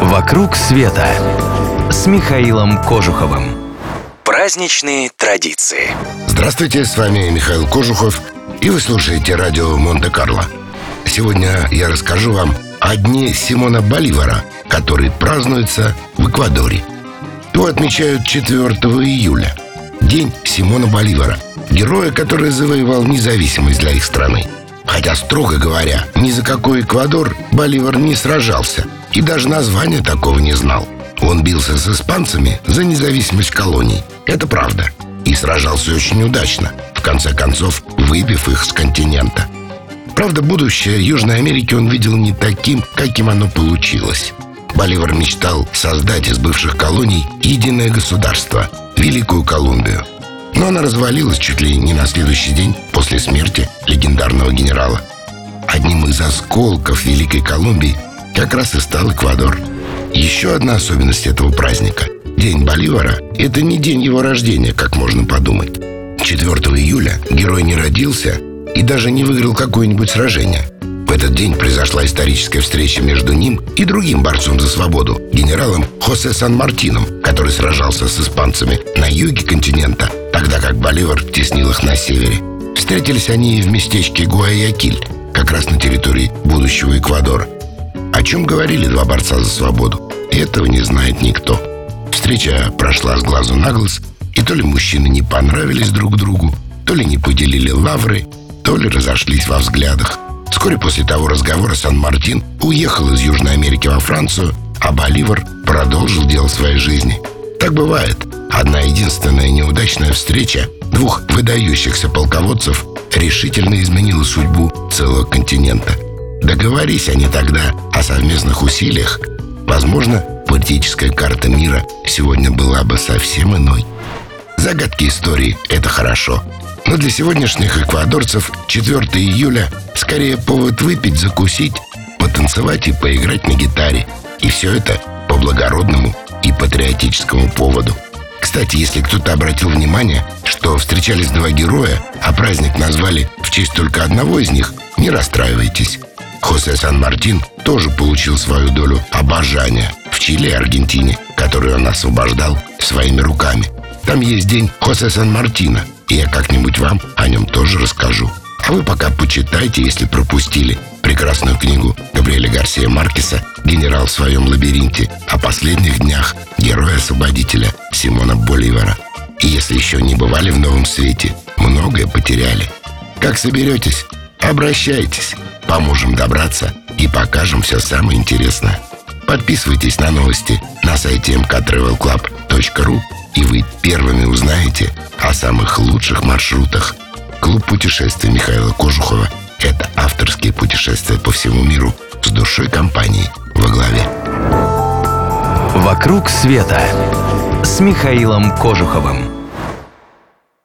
«Вокруг света» с Михаилом Кожуховым. Праздничные традиции. Здравствуйте, с вами Михаил Кожухов, и вы слушаете радио Монте-Карло. Сегодня я расскажу вам о дне Симона Боливара, который празднуется в Эквадоре. Его отмечают 4 июля. День Симона Боливара, героя, который завоевал независимость для их страны. Хотя, строго говоря, ни за какой Эквадор Боливар не сражался и даже названия такого не знал. Он бился с испанцами за независимость колоний. Это правда. И сражался очень удачно, в конце концов выбив их с континента. Правда, будущее Южной Америки он видел не таким, каким оно получилось. Боливар мечтал создать из бывших колоний единое государство – Великую Колумбию. Но она развалилась чуть ли не на следующий день после смерти легендарного генерала. Одним из осколков Великой Колумбии как раз и стал Эквадор. Еще одна особенность этого праздника – День Боливара – это не день его рождения, как можно подумать. 4 июля герой не родился и даже не выиграл какое-нибудь сражение. В этот день произошла историческая встреча между ним и другим борцом за свободу – генералом Хосе Сан-Мартином, который сражался с испанцами на юге континента, тогда как Боливар теснил их на севере. Встретились они в местечке Гуаякиль, как раз на территории будущего Эквадора. О чем говорили два борца за свободу, этого не знает никто. Встреча прошла с глазу на глаз, и то ли мужчины не понравились друг другу, то ли не поделили лавры, то ли разошлись во взглядах. Вскоре после того разговора Сан-Мартин уехал из Южной Америки во Францию, а Боливар продолжил дело своей жизни. Так бывает. Одна единственная неудачная встреча двух выдающихся полководцев решительно изменила судьбу целого континента. Договорись они тогда о совместных усилиях, возможно, политическая карта мира сегодня была бы совсем иной. Загадки истории – это хорошо. Но для сегодняшних эквадорцев 4 июля скорее повод выпить, закусить, потанцевать и поиграть на гитаре. И все это по благородному и патриотическому поводу. Кстати, если кто-то обратил внимание, что встречались два героя, а праздник назвали в честь только одного из них, не расстраивайтесь. Хосе Сан-Мартин тоже получил свою долю обожания в Чили и Аргентине, которую он освобождал своими руками. Там есть день Хосе Сан-Мартина, и я как-нибудь вам о нем тоже расскажу. А вы пока почитайте, если пропустили, прекрасную книгу Габриэля Гарсия Маркеса «Генерал в своем лабиринте» о последних днях героя-освободителя Симона Боливара. И если еще не бывали в Новом Свете, многое потеряли. Как соберетесь, обращайтесь, поможем добраться и покажем все самое интересное. Подписывайтесь на новости на сайте mktravelclub.ru, и вы первыми узнаете о самых лучших маршрутах. Клуб путешествий Михаила Кожухова – это авторские путешествия по всему миру с душой компании во главе. «Вокруг света» с Михаилом Кожуховым.